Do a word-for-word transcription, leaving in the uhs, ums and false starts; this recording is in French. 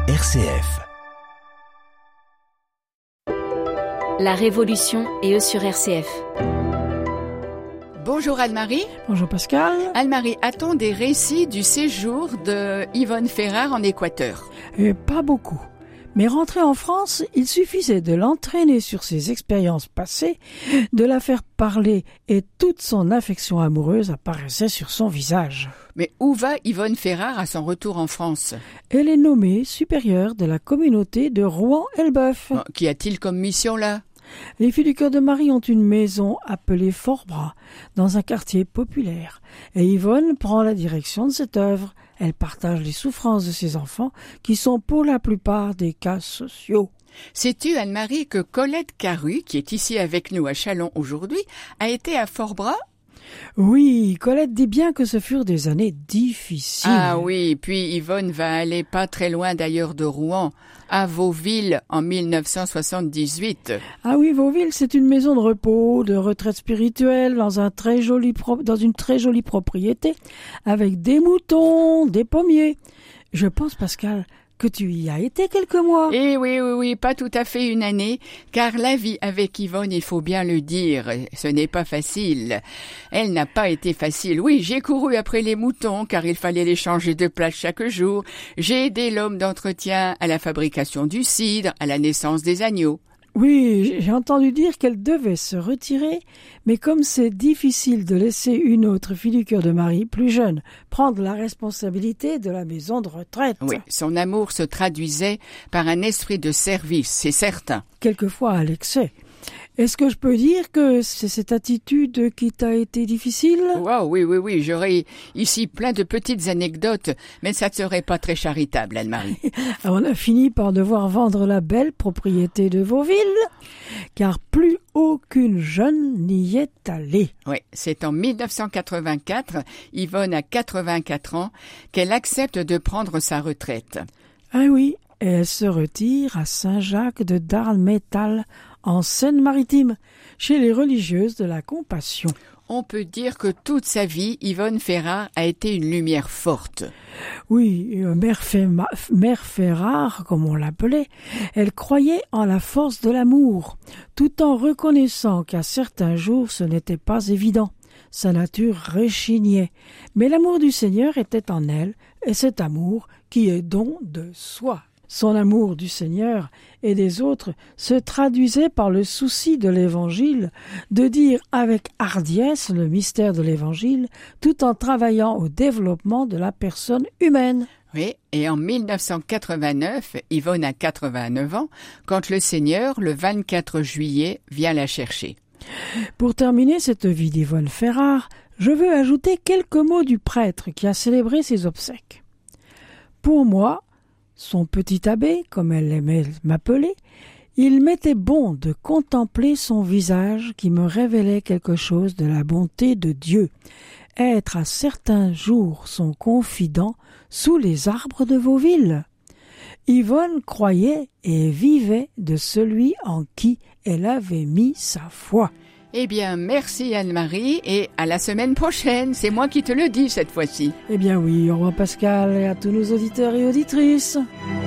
R C F. La Révolution et eux sur R C F. Bonjour Anne-Marie. Bonjour Pascal. Anne-Marie, a-t-on des récits du séjour de Yvonne Ferrare en Équateur ? Et pas beaucoup. Mais rentré en France, il suffisait de l'entraîner sur ses expériences passées, de la faire parler et toute son affection amoureuse apparaissait sur son visage. Mais où va Yvonne Ferrare à son retour en France ? Elle est nommée supérieure de la communauté de Rouen-Elbeuf. Bon, qu'y a-t-il comme mission là ? Les filles du cœur de Marie ont une maison appelée Fort-Bras, dans un quartier populaire. Et Yvonne prend la direction de cette œuvre. Elle partage les souffrances de ses enfants, qui sont pour la plupart des cas sociaux. Sais-tu, Anne-Marie, que Colette Caru, qui est ici avec nous à Châlons aujourd'hui, a été à Fort-Bras ? Oui, Colette dit bien que ce furent des années difficiles. Ah oui, puis Yvonne va aller pas très loin d'ailleurs de Rouen, à Vauville en mille neuf cent soixante-dix-huit. Ah oui, Vauville, c'est une maison de repos, de retraite spirituelle dans un très joli pro- dans une très jolie propriété, avec des moutons, des pommiers. Je pense, Pascal, que tu y as été quelques mois. Eh oui, oui, oui, pas tout à fait une année, car la vie avec Yvonne, il faut bien le dire, ce n'est pas facile. Elle n'a pas été facile. Oui, j'ai couru après les moutons, car il fallait les changer de place chaque jour. J'ai aidé l'homme d'entretien à la fabrication du cidre, à la naissance des agneaux. Oui, j'ai entendu dire qu'elle devait se retirer, mais comme c'est difficile de laisser une autre fille du cœur de Marie, plus jeune, prendre la responsabilité de la maison de retraite. Oui, son amour se traduisait par un esprit de service, c'est certain. Quelquefois à l'excès. Est-ce que je peux dire que c'est cette attitude qui t'a été difficile ? Wow, oui, oui, oui, j'aurais ici plein de petites anecdotes, mais ça ne serait pas très charitable, Anne-Marie. On a fini par devoir vendre la belle propriété de Vauville, car plus aucune jeune n'y est allée. Oui, c'est en mille neuf cent quatre-vingt-quatre, Yvonne a quatre-vingt-quatre ans, qu'elle accepte de prendre sa retraite. Ah oui, et elle se retire à Saint-Jacques de Darnetal, en Seine-Maritime, chez les religieuses de la Compassion. On peut dire que toute sa vie, Yvonne Ferrare a été une lumière forte. Oui, Mère, Fema, Mère Ferrare, comme on l'appelait, elle croyait en la force de l'amour, tout en reconnaissant qu'à certains jours ce n'était pas évident. Sa nature rechignait, mais l'amour du Seigneur était en elle, et cet amour qui est don de soi. Son amour du Seigneur et des autres se traduisait par le souci de l'Évangile, de dire avec hardiesse le mystère de l'Évangile, tout en travaillant au développement de la personne humaine. Oui, et en mille neuf cent quatre-vingt-neuf, Yvonne a quatre-vingt-neuf ans, quand le Seigneur, le vingt-quatre juillet, vient la chercher. Pour terminer cette vie d'Yvonne Ferrare, je veux ajouter quelques mots du prêtre qui a célébré ses obsèques. Pour moi, son petit abbé, comme elle aimait m'appeler, il m'était bon de contempler son visage qui me révélait quelque chose de la bonté de Dieu, être à certains jours son confident sous les arbres de Vauville. Yvonne croyait et vivait de celui en qui elle avait mis sa foi. Eh bien, merci Anne-Marie et à la semaine prochaine. C'est moi qui te le dis cette fois-ci. Eh bien oui, au revoir Pascal et à tous nos auditeurs et auditrices.